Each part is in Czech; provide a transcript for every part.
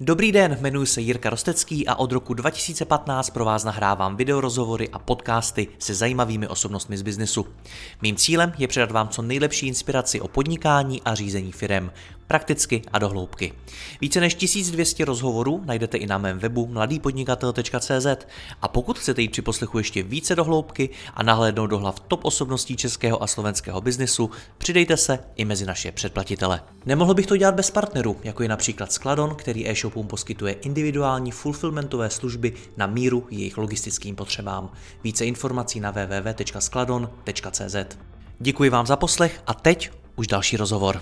Dobrý den, jmenuji se Jirka Rostecký a od roku 2015 pro vás nahrávám videorozhovory a podcasty se zajímavými osobnostmi z biznesu. Mým cílem je předat vám co nejlepší inspiraci o podnikání a řízení firem, prakticky a do hloubky. Více než 1200 rozhovorů najdete i na mém webu mladýpodnikatel.cz a pokud chcete jít při poslechu ještě více do hloubky a nahlédnout do hlav top osobností českého a slovenského biznesu, přidejte se i mezi naše předplatitele. Nemohl bych to dělat bez partnerů, jako je například Skladon, který e-shopům poskytuje individuální fulfillmentové služby na míru jejich logistickým potřebám. Více informací na www.skladon.cz. Děkuji vám za poslech a teď už další rozhovor.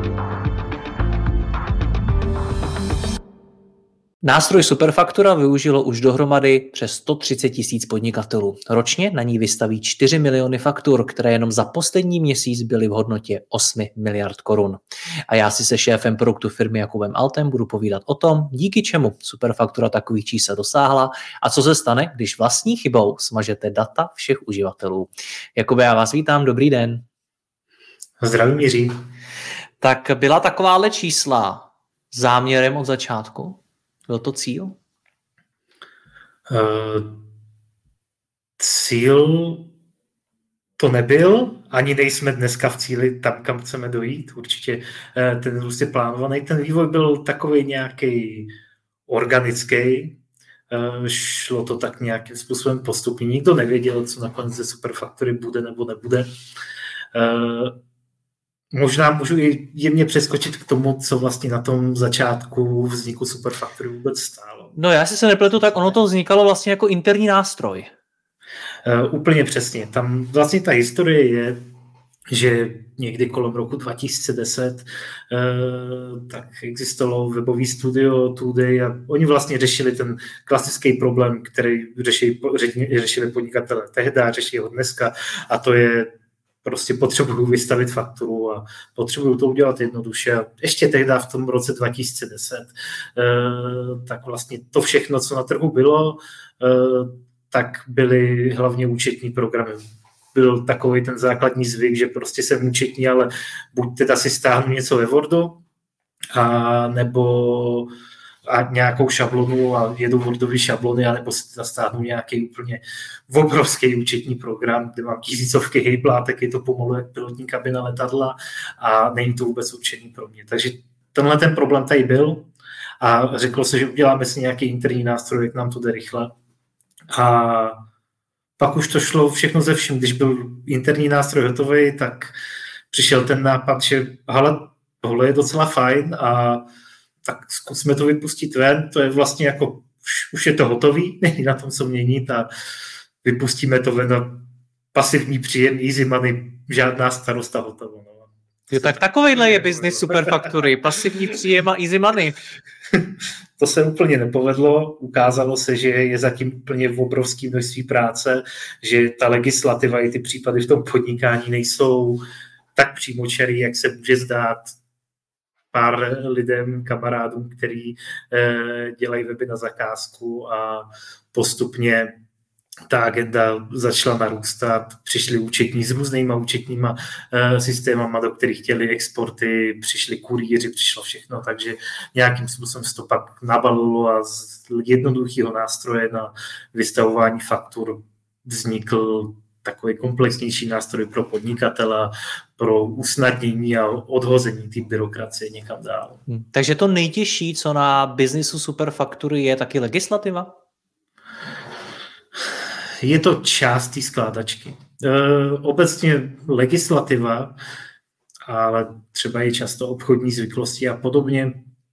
Nástroj Superfaktura využilo už dohromady přes 130 000 podnikatelů. Ročně na ní vystaví 4 miliony faktur, které jenom za poslední měsíc byly v hodnotě 8 miliard korun. A já si se šéfem produktu firmy Jakubem Altem budu povídat o tom, díky čemu Superfaktura takových čísel dosáhla a co se stane, když vlastní chybou smažete data všech uživatelů. Jakube, já vás vítám, dobrý den. Zdravím, Jiří. Tak byla takováhle čísla záměrem od začátku? Byl to cíl? Cíl to nebyl, ani nejsme dneska v cíli tam, kam chceme dojít. Určitě ten růst je plánovaný. Ten vývoj byl takový nějaký organický. Šlo to tak nějakým způsobem postupně. Nikdo nevěděl, co nakonec ze Superfaktury bude nebo nebude. Možná můžu i jemně přeskočit k tomu, co vlastně na tom začátku vzniku Superfaktury vůbec stálo. No já si se nepletu, tak ono to vznikalo vlastně jako interní nástroj. Úplně přesně. Tam vlastně ta historie je, že někdy kolem roku 2010 tak existovalo webový studio Today a oni vlastně řešili ten klasický problém, který řešili podnikatelé tehdy, řeší ho dneska, a to je prostě potřebuju vystavit fakturu a potřebuju to udělat jednoduše. A ještě tehdy v tom roce 2010, tak vlastně to všechno, co na trhu bylo, tak byly hlavně účetní programy. Byl takový ten základní zvyk, že prostě jsem účetní, ale buď teda si stáhnu něco ve Wordu, nebo nějakou šablonu a jedu Wordový šablony, anebo si stáhnu nějaký úplně obrovský účetní program, kde mám tisícovky hejblátek, je to pomalu jak pilotní kabina letadla a není to vůbec určený pro mě. Takže tenhle ten problém tady byl a řeklo se, že uděláme si nějaký interní nástroj, jak nám to jde rychle. A pak už to šlo všechno ze vším. Když byl interní nástroj hotový, tak přišel ten nápad, že tohle je docela fajn a tak zkusme to vypustit ven, to je vlastně jako, už je to hotový, není na tom co měnit a vypustíme to ven na pasivní příjem, easy money, žádná starost a hotovo. No. Jo, tak takovejhle je biznis Superfaktury, pasivní příjem a easy money. To se úplně nepovedlo, ukázalo se, že je zatím úplně obrovské množství práce, že ta legislativa i ty případy v tom podnikání nejsou tak přímočarý, jak se může zdát pár lidem, kamarádům, který dělají weby na zakázku a postupně ta agenda začala narůstat. Přišli účetní s různýma účetníma systémama, do kterých chtěli exporty, přišli kurýři, přišlo všechno, takže nějakým způsobem se to pak nabalilo a z jednoduchého nástroje na vystavování faktur vznikl takový komplexnější nástroj pro podnikatele, pro usnadnění a odhození té byrokracie někam dál. Takže to nejtěžší, co na biznisu Superfaktury, je taky legislativa? Je to část té skládačky. Obecně legislativa, ale třeba i často obchodní zvyklosti a podobně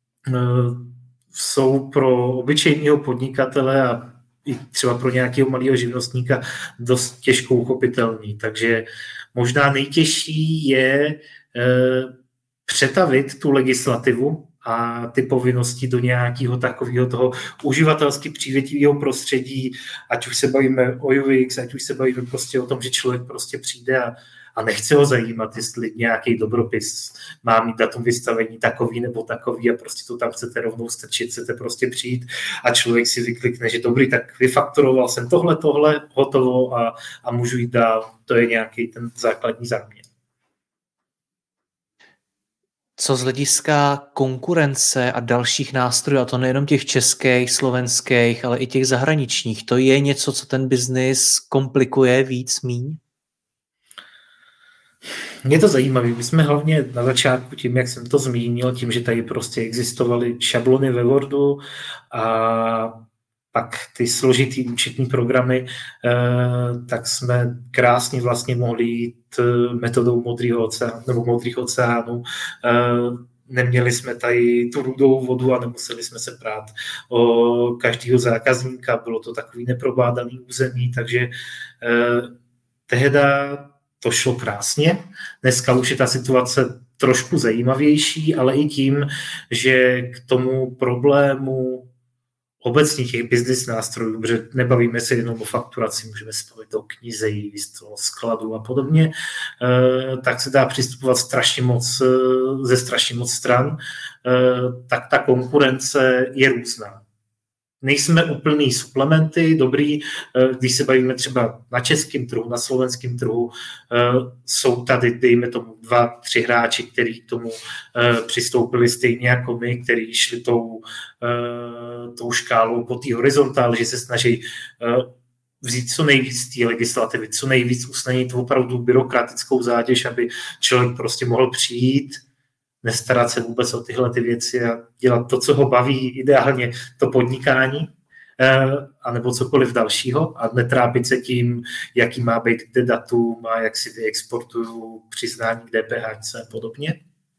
jsou pro obyčejného podnikatele a i třeba pro nějakého malého živnostníka dost těžko uchopitelný. Takže možná nejtěžší je přetavit tu legislativu a ty povinnosti do nějakého takového toho uživatelsky přívětivého prostředí, ať už se bavíme o UX, ať už se bavíme prostě o tom, že člověk prostě přijde a nechce ho zajímat, jestli nějaký dobropis má mít datum vystavení takový nebo takový a prostě to tam chcete rovnou strčit, chcete prostě přijít a člověk si vyklikne, že dobrý, tak vyfakturoval jsem tohle, hotovo a můžu jít dál. To je nějaký ten základní záměr. Co z hlediska konkurence a dalších nástrojů, a to nejenom těch českých, slovenských, ale i těch zahraničních, to je něco, co ten biznis komplikuje víc, míň? Je to zajímavé. My jsme hlavně na začátku tím, jak jsem to zmínil, tím, že tady prostě existovaly šablony ve Wordu a pak ty složitý účetní programy, tak jsme krásně vlastně mohli jít metodou modrých oceánů. Neměli jsme tady tu rudou vodu a nemuseli jsme se prát o každého zákazníka. Bylo to takový neprobádaný území, takže tehda to šlo krásně. Dneska už je ta situace trošku zajímavější, ale i tím, že k tomu problému obecně těch business nástrojů, protože nebavíme se jenom o fakturaci, můžeme se bavit o knize, o skladu a podobně, tak se dá přistupovat ze strašně moc stran, tak ta konkurence je různá. Nejsme úplný suplementy, dobrý, když se bavíme třeba na českém trhu, na slovenském trhu, jsou tady, dejme tomu, 2-3 hráči, kteří k tomu přistoupili stejně jako my, kteří šli tou škálou po té horizontále, že se snaží vzít co nejvíc té legislativy, co nejvíc usnadnit opravdu byrokratickou zátěž, aby člověk prostě mohl přijít, nestarat se vůbec o tyhle ty věci a dělat to, co ho baví, ideálně to podnikání, anebo cokoliv dalšího a netrápit se tím, jaký má být kde datum a jak si vyexportuju přiznání k DPH a podobně.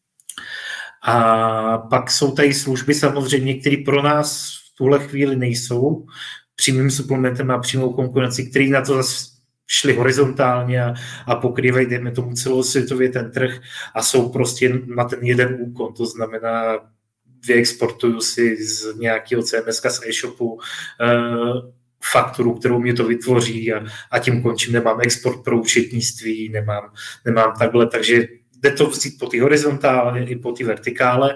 A pak jsou tady služby samozřejmě, které pro nás v tuhle chvíli nejsou přímým suplementem a přímou konkurenci, který na to zase šli horizontálně a pokrývají, dejme tomu, celosvětově ten trh a jsou prostě na ten jeden úkon, to znamená, vyexportuju si z nějakého CMS z e-shopu fakturu, kterou mě to vytvoří a tím končím, nemám export pro účetnictví, nemám takhle, takže jde to vzít po ty horizontále i po ty vertikále,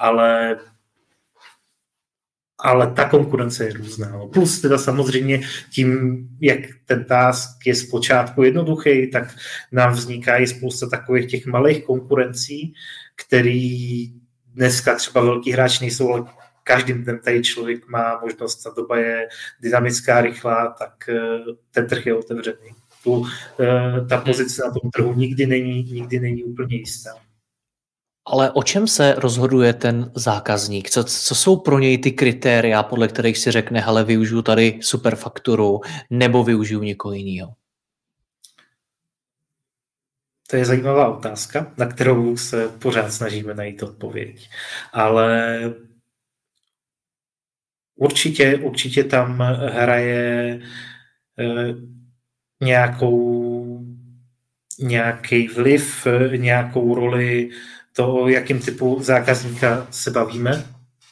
ale ta konkurence je různá. Plus teda samozřejmě tím, jak ten task je zpočátku jednoduchý, tak nám vzniká i spousta takových těch malých konkurencí, který dneska třeba velký hráč nejsou, ale každým dnem tady člověk má možnost, ta doba je dynamická, rychlá, tak ten trh je otevřený. Ta pozice na tom trhu nikdy není úplně jistá. Ale o čem se rozhoduje ten zákazník? Co jsou pro něj ty kritéria, podle kterých si řekne, hele, využiju tady superfakturu nebo využiju někoho jiného? To je zajímavá otázka, na kterou se pořád snažíme najít odpověď. Ale určitě tam hraje nějaký vliv, nějakou roli to, o jakém typu zákazníka se bavíme.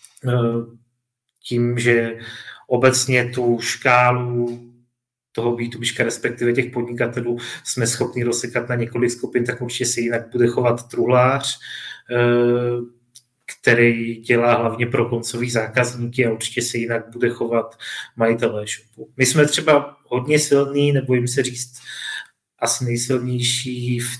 Tím, že obecně tu škálu toho B2B, respektive těch podnikatelů, jsme schopni rozsekat na několik skupin, tak určitě se jinak bude chovat truhlář, který dělá hlavně pro koncový zákazníky a určitě se jinak bude chovat majitel e-shopu. My jsme třeba hodně silní, nebo jim se říct, asi nejsilnější v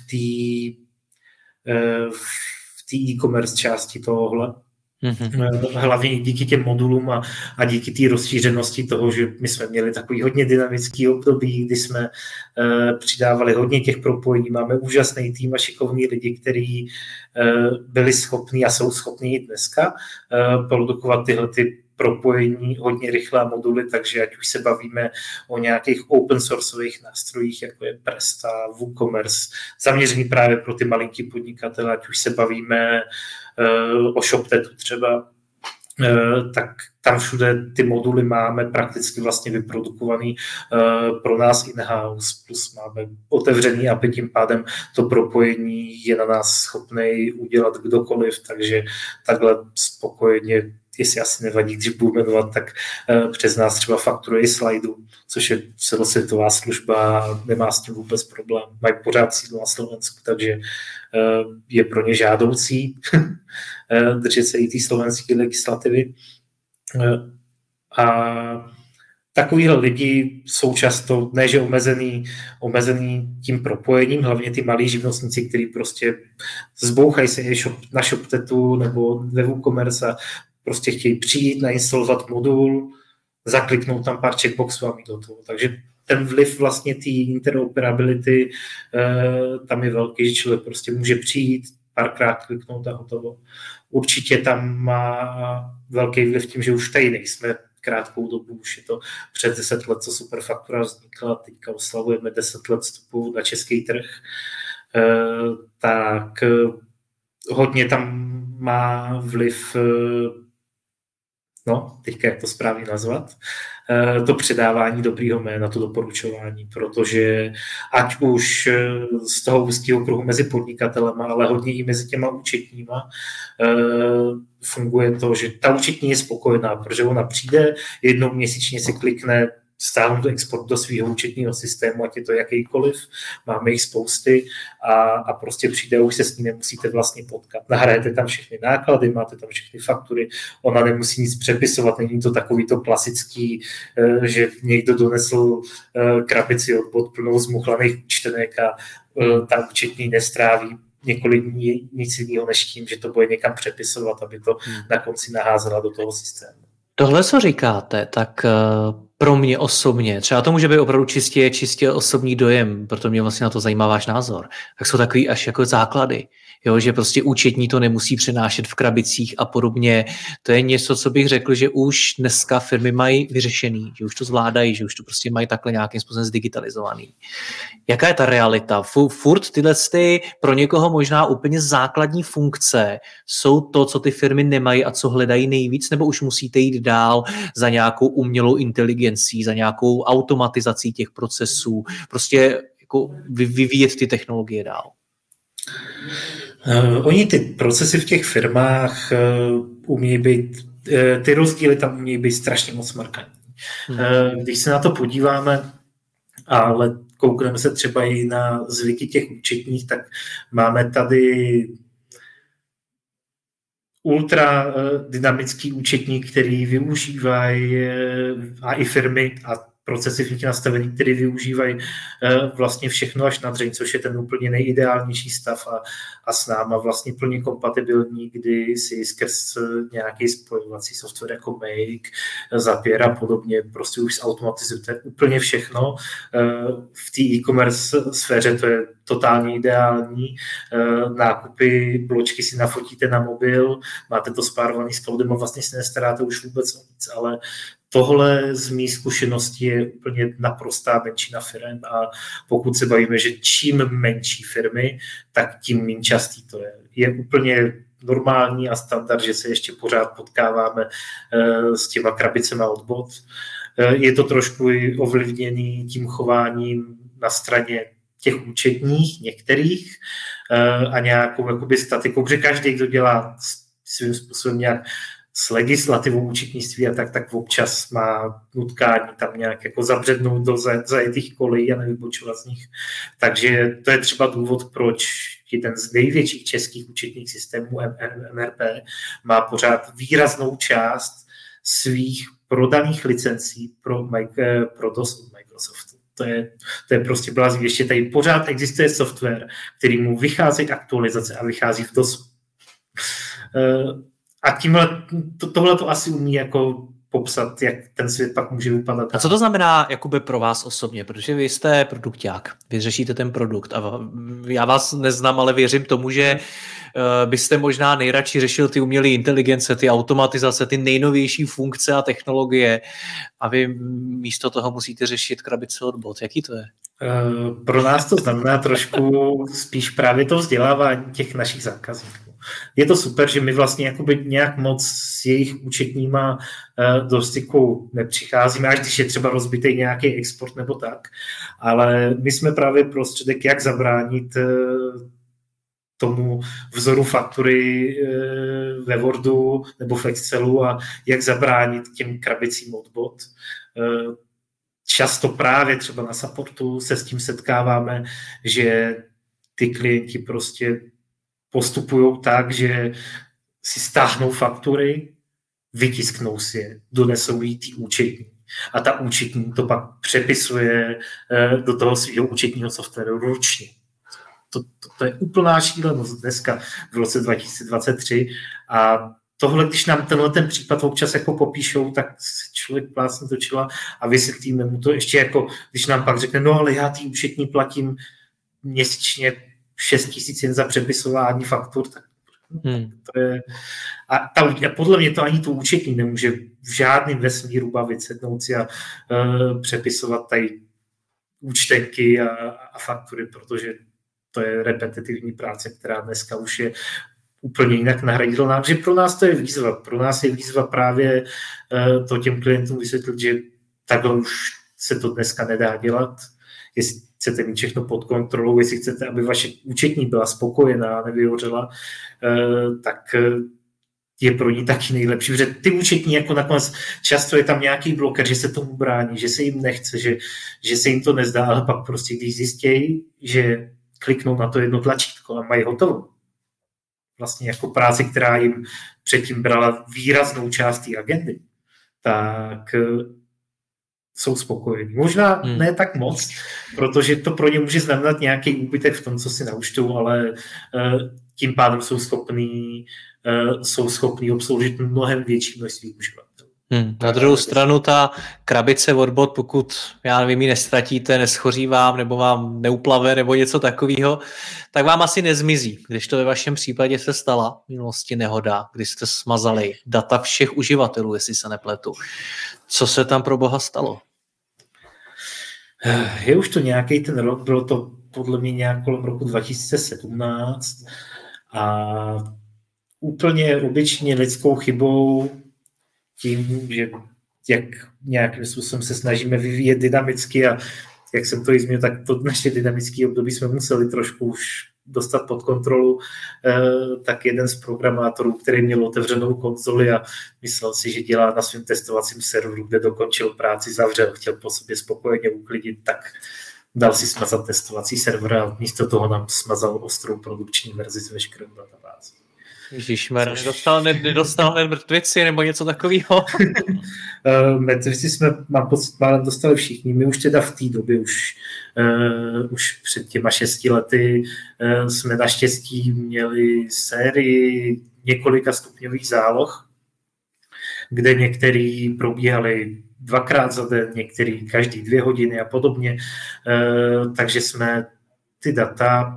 té e-commerce části tohohle. Hlavně díky těm modulům a díky té rozšířenosti toho, že my jsme měli takový hodně dynamický období, kdy jsme přidávali hodně těch propojení. Máme úžasný tým a šikovní lidi, kteří byli schopní a jsou schopní i dneska produkovat tyhle ty propojení hodně rychlé moduly, takže ať už se bavíme o nějakých open sourceových nástrojích, jako je Presta, WooCommerce, zaměřený právě pro ty malinký podnikatele, ať už se bavíme o ShopTetu třeba, tak tam všude ty moduly máme prakticky vlastně vyprodukovaný pro nás in-house, plus máme otevřený API, tím pádem to propojení je na nás schopný udělat kdokoliv, takže takhle spokojeně, jestli asi nevadí, když budu jmenovat, tak přes nás třeba fakturuje Slidu, což je celosvětová služba a nemá s tím vůbec problém. Mají pořád sídlo na Slovensku, takže je pro ně žádoucí držet se i té slovenské legislativy. A takovýhle lidi jsou často, ne že omezený tím propojením, hlavně ty malí živnostníci, kteří prostě zbouchají se na ShopTetu nebo ve WooCommerce a prostě chtějí přijít, nainstalovat modul, zakliknout tam pár checkboxů a mít do toho. Takže ten vliv vlastně té interoperability tam je velký, že člověk prostě může přijít, párkrát kliknout a hotovo. Určitě tam má velký vliv tím, že už tady nejsme krátkou dobu, už je to přes 10 let, co Superfaktura vznikla, teďka oslavujeme 10 let vstupu na český trh, tak hodně tam má vliv, teďka jak to správně nazvat, to předávání dobrýho jména, to doporučování, protože ať už z toho úzkého kruhu mezi podnikatelema, ale hodně i mezi těma účetníma, funguje to, že ta účetní je spokojená, protože ona přijde, jednou měsíčně si klikne stáhnout export do svého účetního systému, ať je to jakýkoliv, máme jich spousty a prostě přijde, už se s ní nemusíte vlastně potkat. Nahrajete tam všechny náklady, máte tam všechny faktury, ona nemusí nic přepisovat, není to takový to klasický, že někdo donesl krabici od bod plnou zmuchlaných účtenek a ta účetní nestráví několik dní nic jiného než tím, že to bude někam přepisovat, aby to na konci naházela do toho systému. Tohle, co říkáte, tak pro mě osobně, třeba to může být opravdu čistě osobní dojem, proto mě vlastně na to zajímá váš názor, tak jsou takový až jako základy, jo, že prostě účetní to nemusí přenášet v krabicích a podobně. To je něco, co bych řekl, že už dneska firmy mají vyřešený, že už to zvládají, že už to prostě mají takhle nějakým způsobem zdigitalizovaný. Jaká je ta realita? Furt tyhle pro někoho možná úplně základní funkce jsou to, co ty firmy nemají a co hledají nejvíc, nebo už musíte jít dál za nějakou umělou inteligencí, za nějakou automatizací těch procesů, prostě jako vyvíjet ty technologie dál? Oni ty procesy v těch firmách umějí být, ty rozdíly tam umějí být strašně moc markantní. Když se na to podíváme, ale koukneme se třeba i na zvyky těch účetních, tak máme tady ultra dynamický účetní, který využívají a i firmy a procesy v nastavení, které využívají vlastně všechno až na dřeň, což je ten úplně nejideálnější stav a s náma vlastně plně kompatibilní, kdy si skrz nějaký spojovací software jako Make, Zapier a podobně prostě už zautomatizujete úplně všechno. V té e-commerce sféře to je totálně ideální. Nákupy, bločky si nafotíte na mobil, máte to spárovaný s cloudem a vlastně si nestaráte už vůbec o nic, ale tohle z mých zkušeností je úplně naprostá menšina firm a pokud se bavíme, že čím menší firmy, tak tím méně častý to je. Je úplně normální a standard, že se ještě pořád potkáváme s těma krabicema od bot. Je to trošku ovlivněný tím chováním na straně těch účetních, některých a nějakou jakoby statikou, protože každý, kdo dělá svým způsobem nějak s legislativou účetnictví a tak občas má nutkání tam nějak jako zabřednout do zajetých kolejí a nevybočovat z nich. Takže to je třeba důvod, proč jeden z největších českých účetních systémů MRP má pořád výraznou část svých prodaných licencí pro DOS od Microsoftu. To je prostě blázní. Ještě tady pořád existuje software, který mu vychází aktualizace a vychází v DOSu. A tohle to asi umí jako popsat, jak ten svět pak může vypadat. A co to znamená jakoby pro vás osobně? Protože vy jste produkťák, vy řešíte ten produkt a já vás neznám, ale věřím tomu, že byste možná nejradši řešil ty umělé inteligence, ty automatizace, ty nejnovější funkce a technologie a vy místo toho musíte řešit krabice od bot. Jaký to je? Pro nás to znamená trošku spíš právě to vzdělávání těch našich zákazníků. Je to super, že my vlastně jakoby nějak moc s jejich účetníma do styku nepřicházíme, až když je třeba rozbitý nějaký export nebo tak, ale my jsme právě prostředek, jak zabránit tomu vzoru faktury ve Wordu nebo v Excelu a jak zabránit těm krabicím od bot. Často právě třeba na supportu se s tím setkáváme, že ty klienti prostě postupují tak, že si stáhnou faktury, vytisknou si je, donesou jí ty účetní. A ta účetní to pak přepisuje do toho svého účetního softwaru ručně. To je úplná šílenost dneska v roce 2023 a tohle, když nám ten případ občas jako popíšou, tak se člověk plácne do čela a vysvětlíme mu to ještě jako, když nám pak řekne, no ale já tý účetní platím měsíčně 6 000 jen za přepisování faktur, tak to je... A podle mě to ani to účetní nemůže v žádném vesmíru bavit, sednout si a přepisovat tady účtenky a faktury, protože to je repetitivní práce, která dneska už je úplně jinak nahraditelná. Takže pro nás to je výzva. Pro nás je výzva právě to těm klientům vysvětlit, že takhle už se to dneska nedá dělat. Jestli chcete mít všechno pod kontrolou, jestli chcete, aby vaše účetní byla spokojená a nevyhořela, tak je pro ní taky nejlepší. Protože ty účetní jako nakonec často je tam nějaký bloker, že se tomu brání, že se jim nechce, že se jim to nezdá, ale pak prostě když zjistějí, že kliknou na to jedno tlačítko a mají hotovo. Vlastně jako práci, která jim předtím brala výraznou část té agendy, tak jsou spokojení. Možná ne tak moc, protože to pro ně může znamenat nějaký úbytek v tom, co si naučtou, ale tím pádem jsou schopní obsloužit mnohem větší množství uživatelů. Na druhou stranu ta krabice od bot, pokud, já nevím, ji nestratíte, neschoří vám, nebo vám neuplave, nebo něco takového, tak vám asi nezmizí. Když to ve vašem případě se stala v minulosti nehoda, kdy jste smazali data všech uživatelů, jestli se nepletu. Co se tam pro boha stalo? Je už to nějaký ten rok, bylo to podle mě nějak kolem roku 2017 a úplně obyčejně lidskou chybou tím, že jak nějakým způsobem se snažíme vyvíjet dynamicky a jak jsem to i zmínil, tak to naše dynamické období jsme museli trošku už dostat pod kontrolu, tak jeden z programátorů, který měl otevřenou konzoli a myslel si, že dělá na svém testovacím serveru, kde dokončil práci, zavřel, chtěl po sobě spokojeně uklidit, tak dal si smazat testovací server a místo toho nám smazal ostrou produkční verzi s veškerou databází. Ježišmer, nedostal mrtvici nebo něco takového? Mrtvici jsme, mám pocit, málem dostali všichni. My už teda v té době, už před těma 6 lety jsme naštěstí měli sérii několika stupňových záloh, kde některý probíhaly 2x za den, některý každý 2 hodiny a podobně. Takže jsme ty data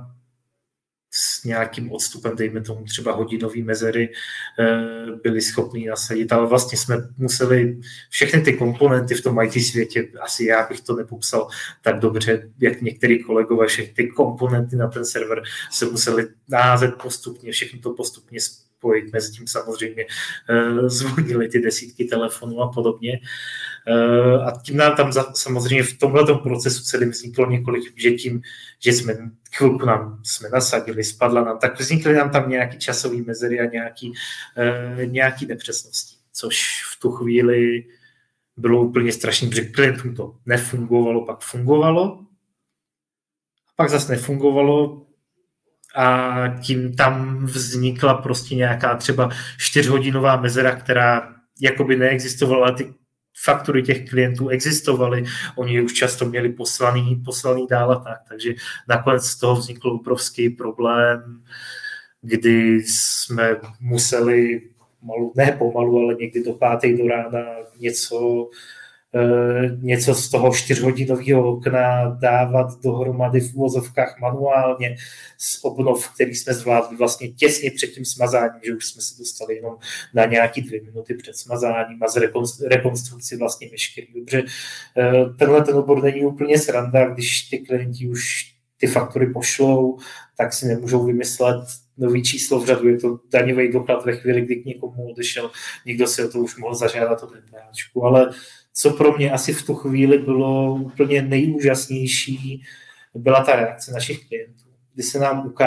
s nějakým odstupem, dejme tomu třeba hodinový mezery, byli schopni nasadit, ale vlastně jsme museli všechny ty komponenty v tom IT světě, asi já bych to nepopsal tak dobře, jak některý kolegové, všechny ty komponenty na ten server se museli naházet postupně, všechno to postupně spojit, mezi tím samozřejmě zvonily ty desítky telefonů a podobně. A tím nám tam samozřejmě v tomhletom procesu celým vzniklo několik, že tím, že chvilku jsme nasadili, spadla nám, tak vznikly nám tam nějaký časový mezery a nějaký nepřesnosti, což v tu chvíli bylo úplně strašný, protože klientům to nefungovalo, pak fungovalo, pak zase nefungovalo a tím tam vznikla prostě nějaká třeba 4hodinová mezera, která jakoby neexistovala, ty faktury těch klientů existovaly, oni je už často měli poslaný dál a tak, takže nakonec z toho vznikl obrovský problém, kdy jsme museli ne pomalu, ale někdy do 5 do rána něco z toho 4hodinového okna dávat dohromady v uvozovkách manuálně z obnov, který jsme zvládli vlastně těsně před tím smazáním, že už jsme se dostali jenom na nějaký 2 minuty před smazáním a z rekonstrukci vlastně veškerý. Dobře, tenhle ten obor není úplně sranda, když ty klienti už ty faktury pošlou, tak si nemůžou vymyslet nový číslo v řadu, je to daňový doklad ve chvíli, kdy k někomu odešel, někdo si o to už mohl zažádat o DPHčku, ale co pro mě asi v tu chvíli bylo úplně nejúžasnější, byla ta reakce našich klientů, kdy se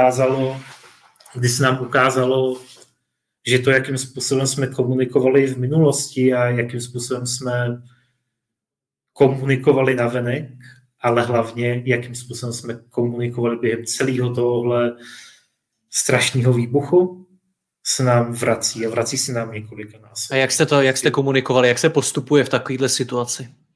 nám ukázalo, že to, jakým způsobem jsme komunikovali v minulosti a jakým způsobem jsme komunikovali navenek, ale hlavně, jakým způsobem jsme komunikovali během celého tohohle strašného výbuchu, se nám vrací a vrací se nám několika násobně. A jak jste komunikovali, jak se postupuje v takovéhle situaci?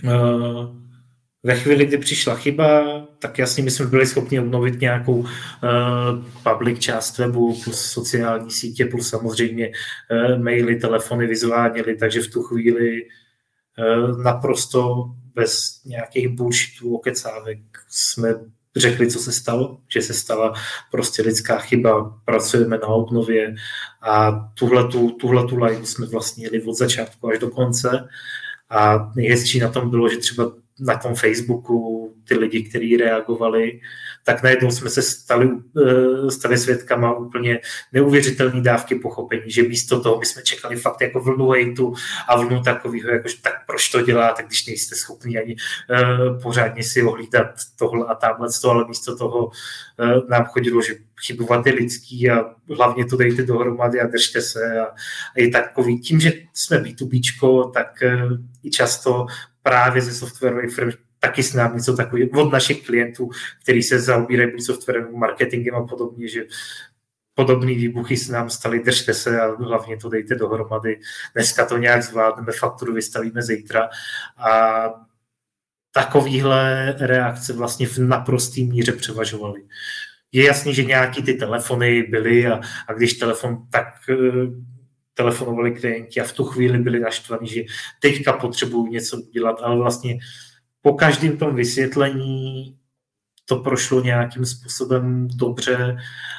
Ve chvíli, kdy přišla chyba, tak jasně my jsme byli schopni obnovit nějakou public část webu plus sociální sítě, plus samozřejmě maily, telefony, vizuálně, takže v tu chvíli naprosto bez nějakých bullshitů, okecávek jsme řekli, co se stalo, že se stala prostě lidská chyba, pracujeme na obnově a tuhletu line jsme vlastně jeli od začátku až do konce a nejhezčí na tom bylo, že třeba na tom Facebooku ty lidi, kteří reagovali, tak najednou jsme se stali svědkama úplně neuvěřitelné dávky pochopení, že místo toho my jsme čekali fakt jako vlnu hejtu a vlnu takového, jakože tak proč to děláte, když nejste schopni ani pořádně si ohlídat tohle a tamhle, ale místo toho nám chodilo, že chybovat je lidský a hlavně to dejte dohromady a držte se a je takový, tím, že jsme B2Bčko, tak i často právě ze softwarových firm taky s námi něco takový od našich klientů, kteří se zaobírají buď softwarovým marketingem a podobně, že podobné výbuchy s nám staly, držte se a hlavně to dejte dohromady. Dneska to nějak zvládneme, fakturu vystavíme zítra a takovýhle reakce vlastně v naprostý míře převažovaly. Je jasný, že nějaký ty telefony byly a když telefonovali klienti a v tu chvíli byli naštvaní, že teďka potřebují něco udělat, ale vlastně po každém tom vysvětlení to prošlo nějakým způsobem dobře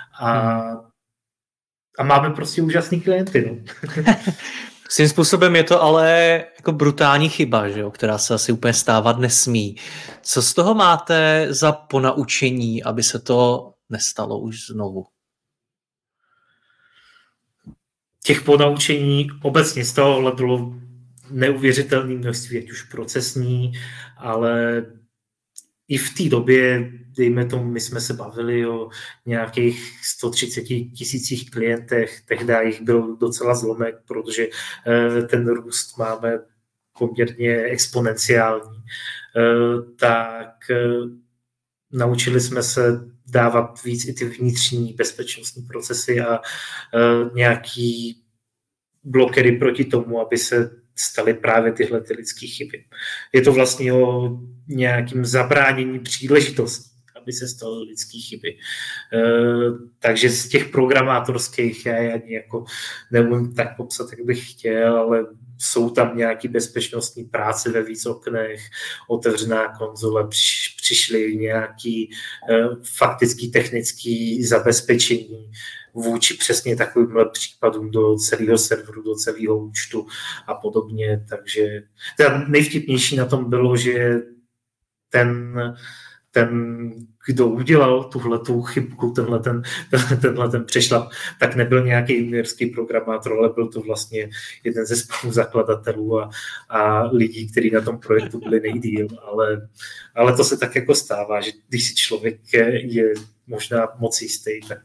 a máme prostě úžasný klienty. No. Svým způsobem je to ale jako brutální chyba, že jo, která se asi úplně stávat nesmí. Co z toho máte za ponaučení, aby se to nestalo už znovu? Těch ponaučení obecně z tohohle bylo neuvěřitelné množství, ať už procesní, ale i v té době, dejme tomu, my jsme se bavili o nějakých 130 000 klientech, tehdy jich byl docela zlomek, protože ten růst máme poměrně exponenciální, tak naučili jsme se dávat víc i ty vnitřní bezpečnostní procesy a nějaký blokery proti tomu, aby se staly právě tyhle ty lidské chyby. Je to vlastně o nějakým zabránění příležitostí, aby se staly lidské chyby. Takže z těch programátorských já ani jako nemůžu tak popsat, jak bych chtěl, ale jsou tam nějaké bezpečnostní práce ve víc oknech, otevřená konzole, přišly nějaké faktické technické zabezpečení vůči přesně takovýmhle případům do celého serveru, do celého účtu a podobně. Takže nejvtipnější na tom bylo, že ten, kdo udělal tuhletu chybku, tenhle ten přešlap, tak nebyl nějaký juniorský programátor, ale byl to vlastně jeden ze spoluzakladatelů a lidí, kteří na tom projektu byli nejdýl. Ale to se tak jako stává, že když si člověk je možná moc jistý, tak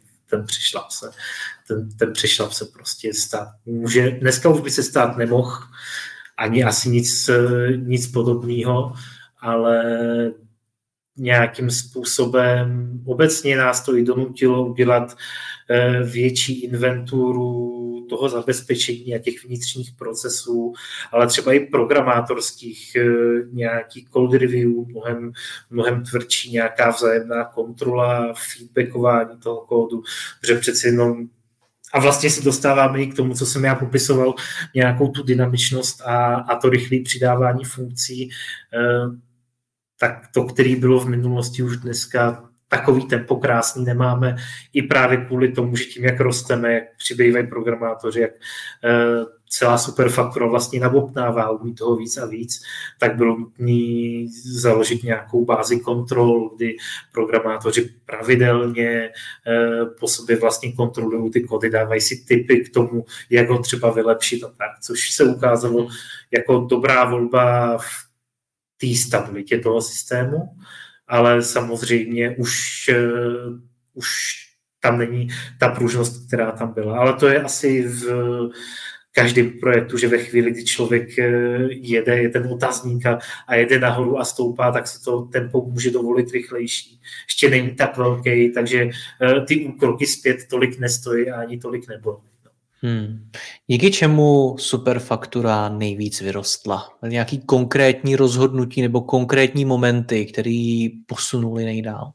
ten přešlap se prostě stát může. Dneska už by se stát nemohl, ani asi nic podobného, ale nějakým způsobem obecně nás to i donutilo udělat větší inventuru toho zabezpečení a těch vnitřních procesů, ale třeba i programátorských, nějaký code review, mnohem tvrdší, nějaká vzájemná kontrola, feedbackování toho kódu, protože přeci jenom a vlastně se dostáváme i k tomu, co jsem já popisoval, nějakou tu dynamičnost a to rychlé přidávání funkcí, tak to, který bylo v minulosti, už dneska takový tempo krásný nemáme i právě kvůli tomu, že tím, jak rosteme, jak přibývají programátoři, jak celá superfaktura vlastně nabobtnává, umí toho víc a víc, tak bylo nutné založit nějakou bázi kontrol, kdy programátoři pravidelně po sobě vlastně kontrolují ty kody, dávají si tipy k tomu, jak ho třeba vylepšit a tak, což se ukázalo jako dobrá volba v té stabilitě toho systému, ale samozřejmě už tam není ta pružnost, která tam byla. Ale to je asi v každém projektu, že ve chvíli, kdy člověk je ten otazník a jede nahoru a stoupá, tak se to tempo může dovolit rychlejší. Ještě není tak velký, takže ty úkroky zpět tolik nestojí a ani tolik nebolí. Díky čemu Superfaktura nejvíc vyrostla? Nějaký konkrétní rozhodnutí nebo konkrétní momenty, které posunuli nejdál?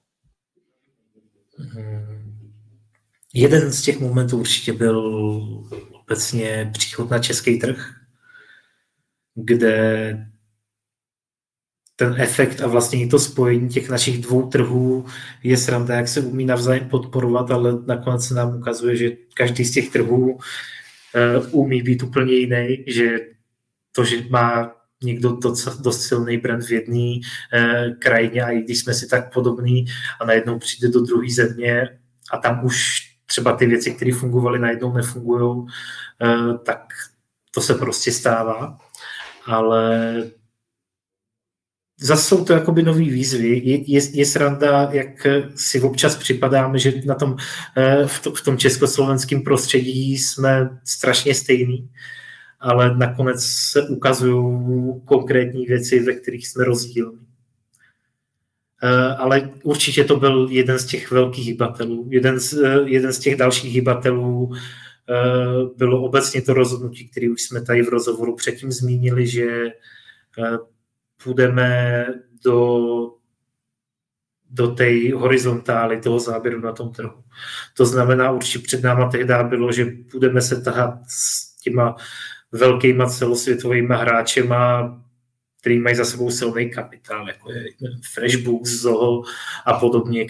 Jeden z těch momentů určitě byl obecně příchod na český trh, kde ten efekt a vlastně i to spojení těch našich dvou trhů je sranda, jak se umí navzájem podporovat, ale nakonec se nám ukazuje, že každý z těch trhů umí být úplně jiný, že to, že má někdo dost silný brand v jedné krajině a i když jsme si tak podobní a najednou přijde do druhé země a tam už třeba ty věci, které fungovaly, najednou nefungují, tak to se prostě stává. Ale zase jsou to jakoby nový výzvy. Je sranda, jak si občas připadáme, že na tom, v tom československém prostředí jsme strašně stejný, ale nakonec se ukazují konkrétní věci, ve kterých jsme rozdílní. Ale určitě to byl jeden z těch velkých hybatelů. Jeden z těch dalších hybatelů bylo obecně to rozhodnutí, které už jsme tady v rozhovoru předtím zmínili, že půjdeme do té horizontály toho záběru na tom trhu. To znamená, určitě před náma tehdy bylo, že budeme se tahat s těma velkýma celosvětovými hráčema, který mají za sebou silný kapitál, jako je Freshbooks, Zoho a podobně,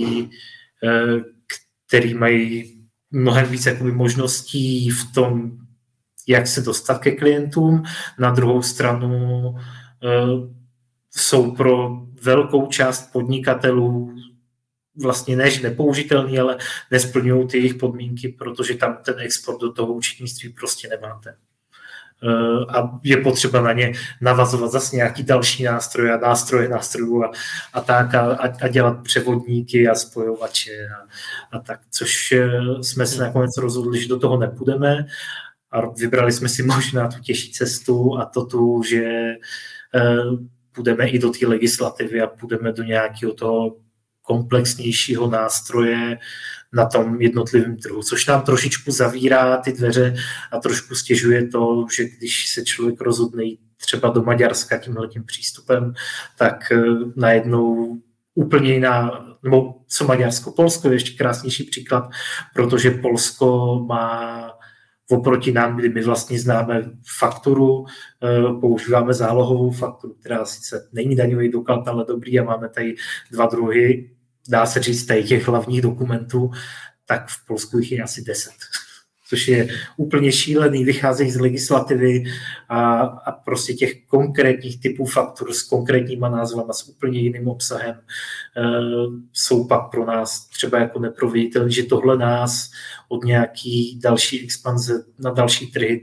který mají mnohem víc jakoby možností v tom, jak se dostat ke klientům. Na druhou stranu jsou pro velkou část podnikatelů vlastně než nepoužitelný, ale nesplňují ty jejich podmínky, protože tam ten export do toho účetnictví prostě nemáte. A je potřeba na ně navazovat zase nějaký další nástroje a nástrojů a dělat převodníky a spojovače a tak, což jsme se nakonec rozhodli, že do toho nepůjdeme a vybrali jsme si možná tu těžší cestu a to, že půjdeme i do té legislativy a půjdeme do nějakého toho komplexnějšího nástroje na tom jednotlivém trhu, což nám trošičku zavírá ty dveře a trošku stěžuje to, že když se člověk rozhodne jít třeba do Maďarska tímhletím přístupem, tak najednou úplně jiná, nebo co Maďarsko, Polsko je ještě krásnější příklad, protože Polsko má oproti nám, kdy my vlastně známe fakturu, používáme zálohovou fakturu, která sice není daňový doklad, ale dobrý a máme tady dva druhy, dá se říct tady těch hlavních dokumentů, tak v Polsku jich je asi 10. Což je úplně šílený, vycházejí z legislativy a prostě těch konkrétních typů faktur s konkrétníma názvama, s úplně jiným obsahem jsou pak pro nás třeba jako neproveditelné, že tohle nás od nějaký další expanze na další trhy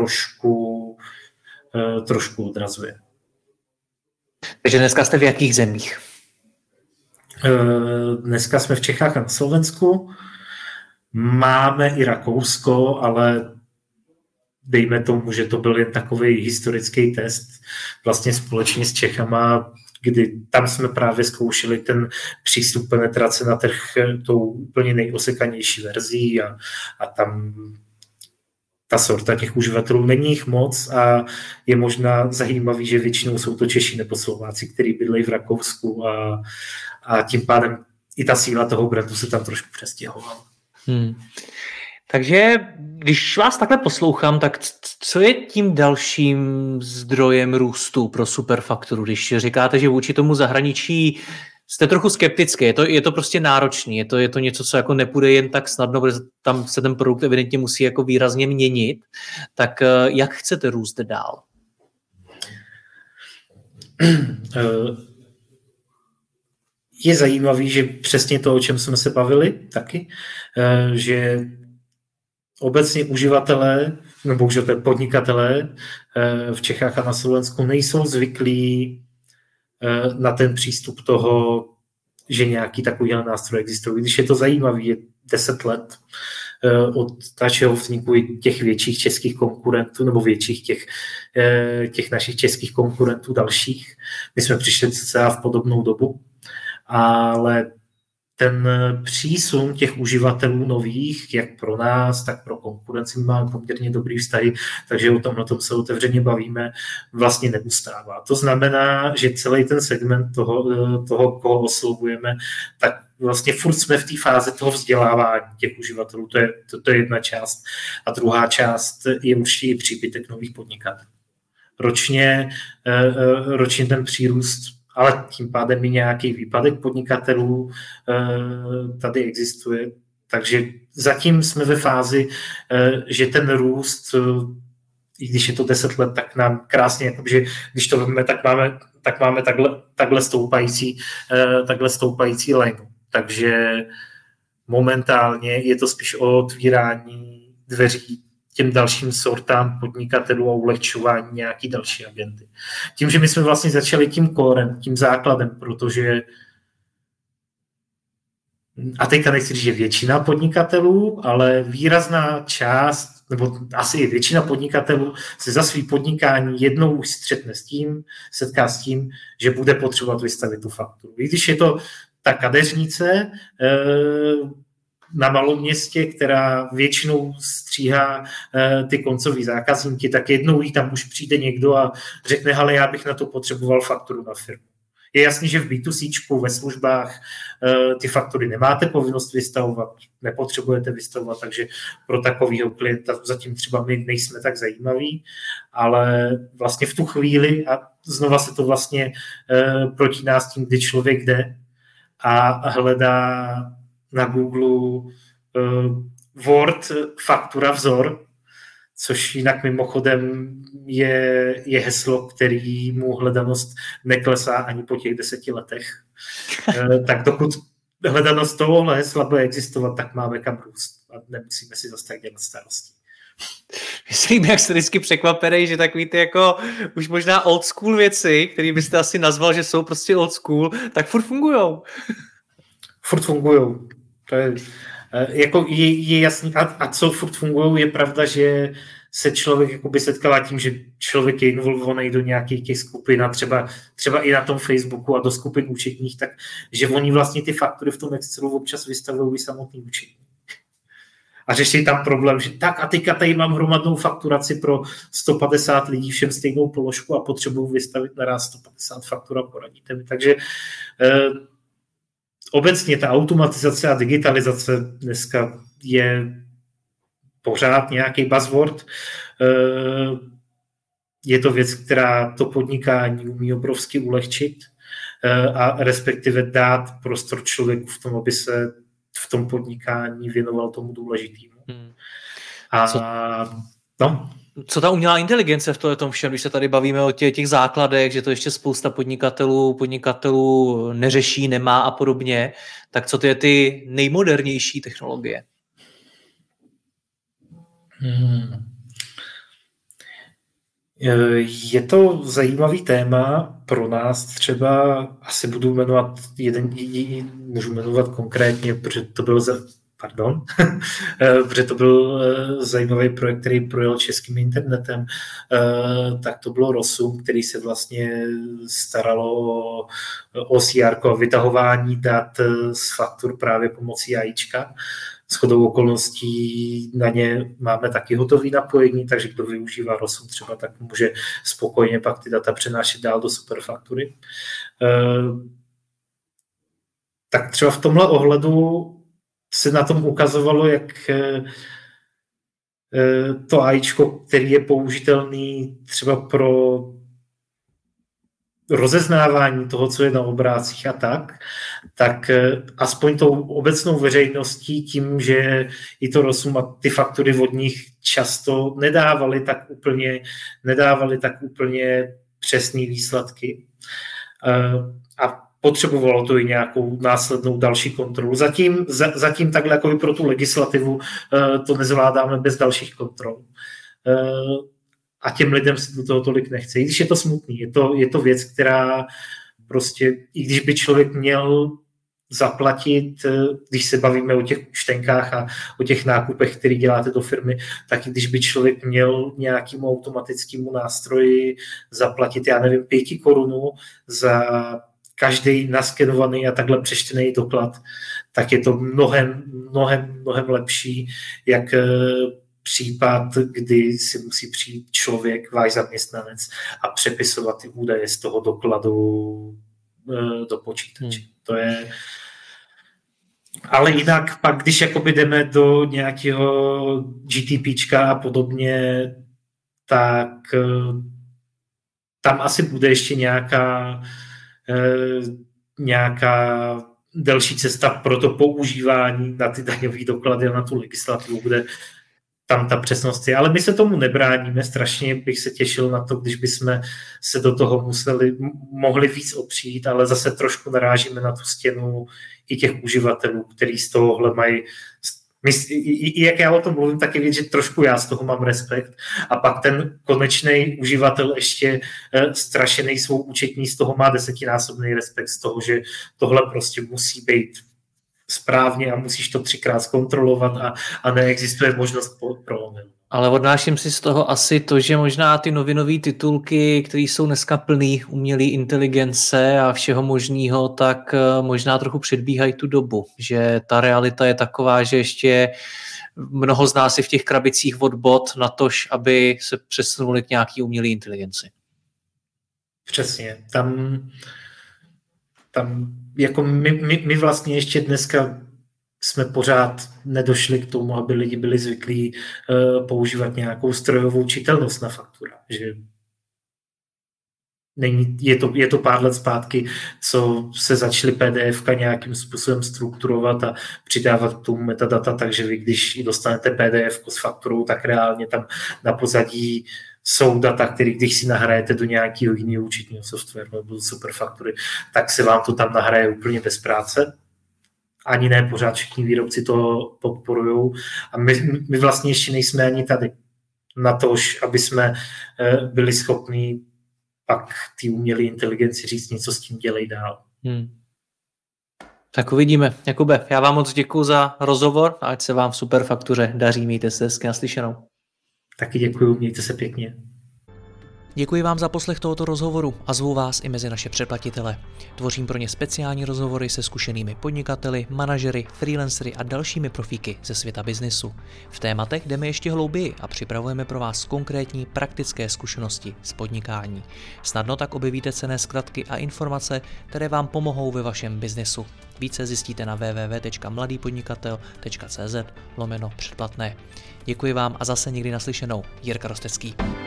trošku odrazuje. Takže dneska jste v jakých zemích? Dneska jsme v Čechách a na Slovensku. Máme i Rakousko, ale dejme tomu, že to byl jen takový historický test vlastně společně s Čechama, kdy tam jsme právě zkoušeli ten přístup penetrace na trh tou úplně nejosekanější verzí a tam ta sorta těch uživatelů není jich moc a je možná zajímavý, že většinou jsou to Češi nebo Slováci, kteří bydlejí v Rakousku a tím pádem i ta síla toho brandu se tam trošku přestěhovala. Takže když vás takhle poslouchám, tak co je tím dalším zdrojem růstu pro Superfakturu? Když říkáte, že vůči tomu zahraničí jste trochu skeptický, je to prostě náročný, je to něco, co jako nepůjde jen tak snadno, protože tam se ten produkt evidentně musí jako výrazně měnit, tak jak chcete růst dál? Je zajímavý, že přesně to, o čem jsme se bavili taky, že obecně uživatelé nebo podnikatelé v Čechách a na Slovensku nejsou zvyklí na ten přístup toho, že nějaký takový nástroj existují. Když je to zajímavý, je 10 let od našeho vzniku i těch větších českých konkurentů, nebo větších těch našich českých konkurentů dalších. My jsme přišli cca v podobnou dobu, ale ten přísun těch uživatelů nových, jak pro nás, tak pro konkurenci, máme poměrně dobrý vztahy, takže o tomhle se otevřeně bavíme, vlastně neustává. To znamená, že celý ten segment toho koho oslovujeme, tak vlastně furt jsme v té fázi toho vzdělávání těch uživatelů, to je jedna část. A druhá část je určitě i příbytek nových podnikatelů. Ročně ten přírůst, ale tím pádem i nějaký výpadek podnikatelů tady existuje. Takže zatím jsme ve fázi, že ten růst, i když je to 10 let, tak nám krásně, jakože, když to vezmeme, tak máme takhle stoupající lineu. Takže momentálně je to spíš o otvírání dveří těm dalším sortám podnikatelů a ulehčování nějaký další agendy. Tím, že my jsme vlastně začali tím kórem, tím základem, protože a teďka nechci říct, že většina podnikatelů, ale výrazná část, nebo asi i většina podnikatelů se za svý podnikání jednou už setká s tím, že bude potřebovat vystavit tu fakturu. I když je to ta kadeřnice na malom městě, která většinou stříhá ty koncový zákazníky, tak jednou jí tam už přijde někdo a řekne, hele, já bych na to potřeboval fakturu na firmu. Je jasný, že v B2C, ve službách ty faktury nemáte povinnost vystavovat, nepotřebujete vystavovat, takže pro takového klienta zatím třeba my nejsme tak zajímaví, ale vlastně v tu chvíli, a znova se to vlastně protíná s tím, kdy člověk jde a hledá na Google Word faktura vzor, což jinak mimochodem je heslo, který mu hledanost neklesá ani po těch 10 letech. Tak dokud hledanost tohohle hesla bude existovat, tak máme kam růst a nemusíme si zase tak dělat starosti. Myslím, jak jste vždycky překvapený, že takový ty jako už možná old school věci, které byste asi nazval, že jsou prostě old school, tak furt fungujou. Furt fungujou. To je jasný. A co furt fungujou, je pravda, že se člověk jakoby setkává tím, že člověk je involvovaný do nějakých těch skupin a třeba i na tom Facebooku a do skupin účetních, tak že oni vlastně ty faktury v tom Excelu občas vystavují i samotný účetní. A řeší tam problém, že tak a teďka tady mám hromadnou fakturaci pro 150 lidí, všem stejnou položku a potřebuji vystavit naraz 150 faktur a poradíte mi. Takže obecně ta automatizace a digitalizace dneska je pořád nějaký buzzword. Je to věc, která to podnikání umí obrovsky ulehčit a respektive dát prostor člověku v tom, aby se v tom podnikání věnoval tomu důležitému. Co ta umělá inteligence v tom všem, když se tady bavíme o těch základech, že to ještě spousta podnikatelů neřeší, nemá a podobně, tak co to je ty nejmodernější technologie? Je to zajímavý téma pro nás, třeba asi budu jmenovat můžu jmenovat konkrétně, protože to byl zajímavý projekt, který projel českým internetem, tak to bylo Rosum, který se vlastně staralo o OCR, o vytahování dat z faktur právě pomocí AIčka. Shodou okolností na ně máme taky hotový napojení, takže kdo využívá Rosum třeba, tak může spokojně pak ty data přenášet dál do superfaktury. Tak třeba v tomhle ohledu se na tom ukazovalo, jak to AIčko, který je použitelný třeba pro rozeznávání toho, co je na obrázcích a tak aspoň tou obecnou veřejností tím, že i to Rosum a ty faktury od nich často nedávaly tak úplně přesné výsledky. A potřebovalo to i nějakou následnou další kontrolu. Zatím takhle jako pro tu legislativu to nezvládáme bez dalších kontrol. A těm lidem se do toho tolik nechce. I když je to smutný, je to věc, která prostě, i když by člověk měl zaplatit, když se bavíme o těch účtenkách a o těch nákupech, které děláte do firmy, tak i když by člověk měl nějakému automatickému nástroji zaplatit, já nevím, 5 korun za každý naskenovaný a takhle přečtený doklad, tak je to mnohem lepší, jak případ, kdy si musí přijít člověk, váš zaměstnanec a přepisovat ty údaje z toho dokladu do počítače. To je... Ale jinak pak, když jakoby jdeme do nějakého GTPčka a podobně, tak tam asi bude ještě nějaká delší cesta pro to používání na ty daňové doklady a na tu legislativu, kde tam ta přesnost je. Ale my se tomu nebráníme, strašně bych se těšil na to, když bychom se do toho mohli víc opřít, ale zase trošku narážíme na tu stěnu i těch uživatelů, kteří z tohohle mají, i jak já o tom mluvím, tak je vidět, že trošku já z toho mám respekt a pak ten konečný uživatel ještě strašený svou účetní z toho má 10násobný respekt z toho, že tohle prostě musí být správně a musíš to 3krát zkontrolovat a neexistuje možnost pro omyl. Ale odnáším si z toho asi to, že možná ty novinové titulky, které jsou dneska plný umělé inteligence a všeho možného, tak možná trochu předbíhají tu dobu. Že ta realita je taková, že ještě mnoho z nás je v těch krabicích od bot na tož, aby se přesunuli k nějaký umělé inteligenci. Přesně. Tam jako my vlastně ještě dneska jsme pořád nedošli k tomu, aby lidi byli zvyklí používat nějakou strojovou čitelnost na faktura. Že je to pár let zpátky, co se začaly PDF-ka nějakým způsobem strukturovat a přidávat k tomu metadata, takže vy, když dostanete PDF s fakturou, tak reálně tam na pozadí jsou data, které když si nahrajete do nějakého jiného účetního softwaru nebo do Superfaktury, tak se vám to tam nahraje úplně bez práce. Ani ne pořád všichni výrobci to podporují. A my vlastně ještě nejsme ani tady na to, aby jsme byli schopní pak ty umělé inteligenci říct něco s tím dělej dál. Tak uvidíme. Jakube, já vám moc děkuju za rozhovor a ať se vám v Superfaktuře daří. Mějte se hezky, naslyšenou. Taky děkuju, mějte se pěkně. Děkuji vám za poslech tohoto rozhovoru a zvu vás i mezi naše předplatitele. Tvořím pro ně speciální rozhovory se zkušenými podnikateli, manažery, freelancery a dalšími profíky ze světa biznisu. V tématech jdeme ještě hlouběji a připravujeme pro vás konkrétní praktické zkušenosti z podnikání. Snadno tak objevíte cenné zkratky a informace, které vám pomohou ve vašem biznisu. Více zjistíte na www.mladýpodnikatel.cz/předplatné. Děkuji vám a zase někdy naslyšenou. Jirka Rostecký.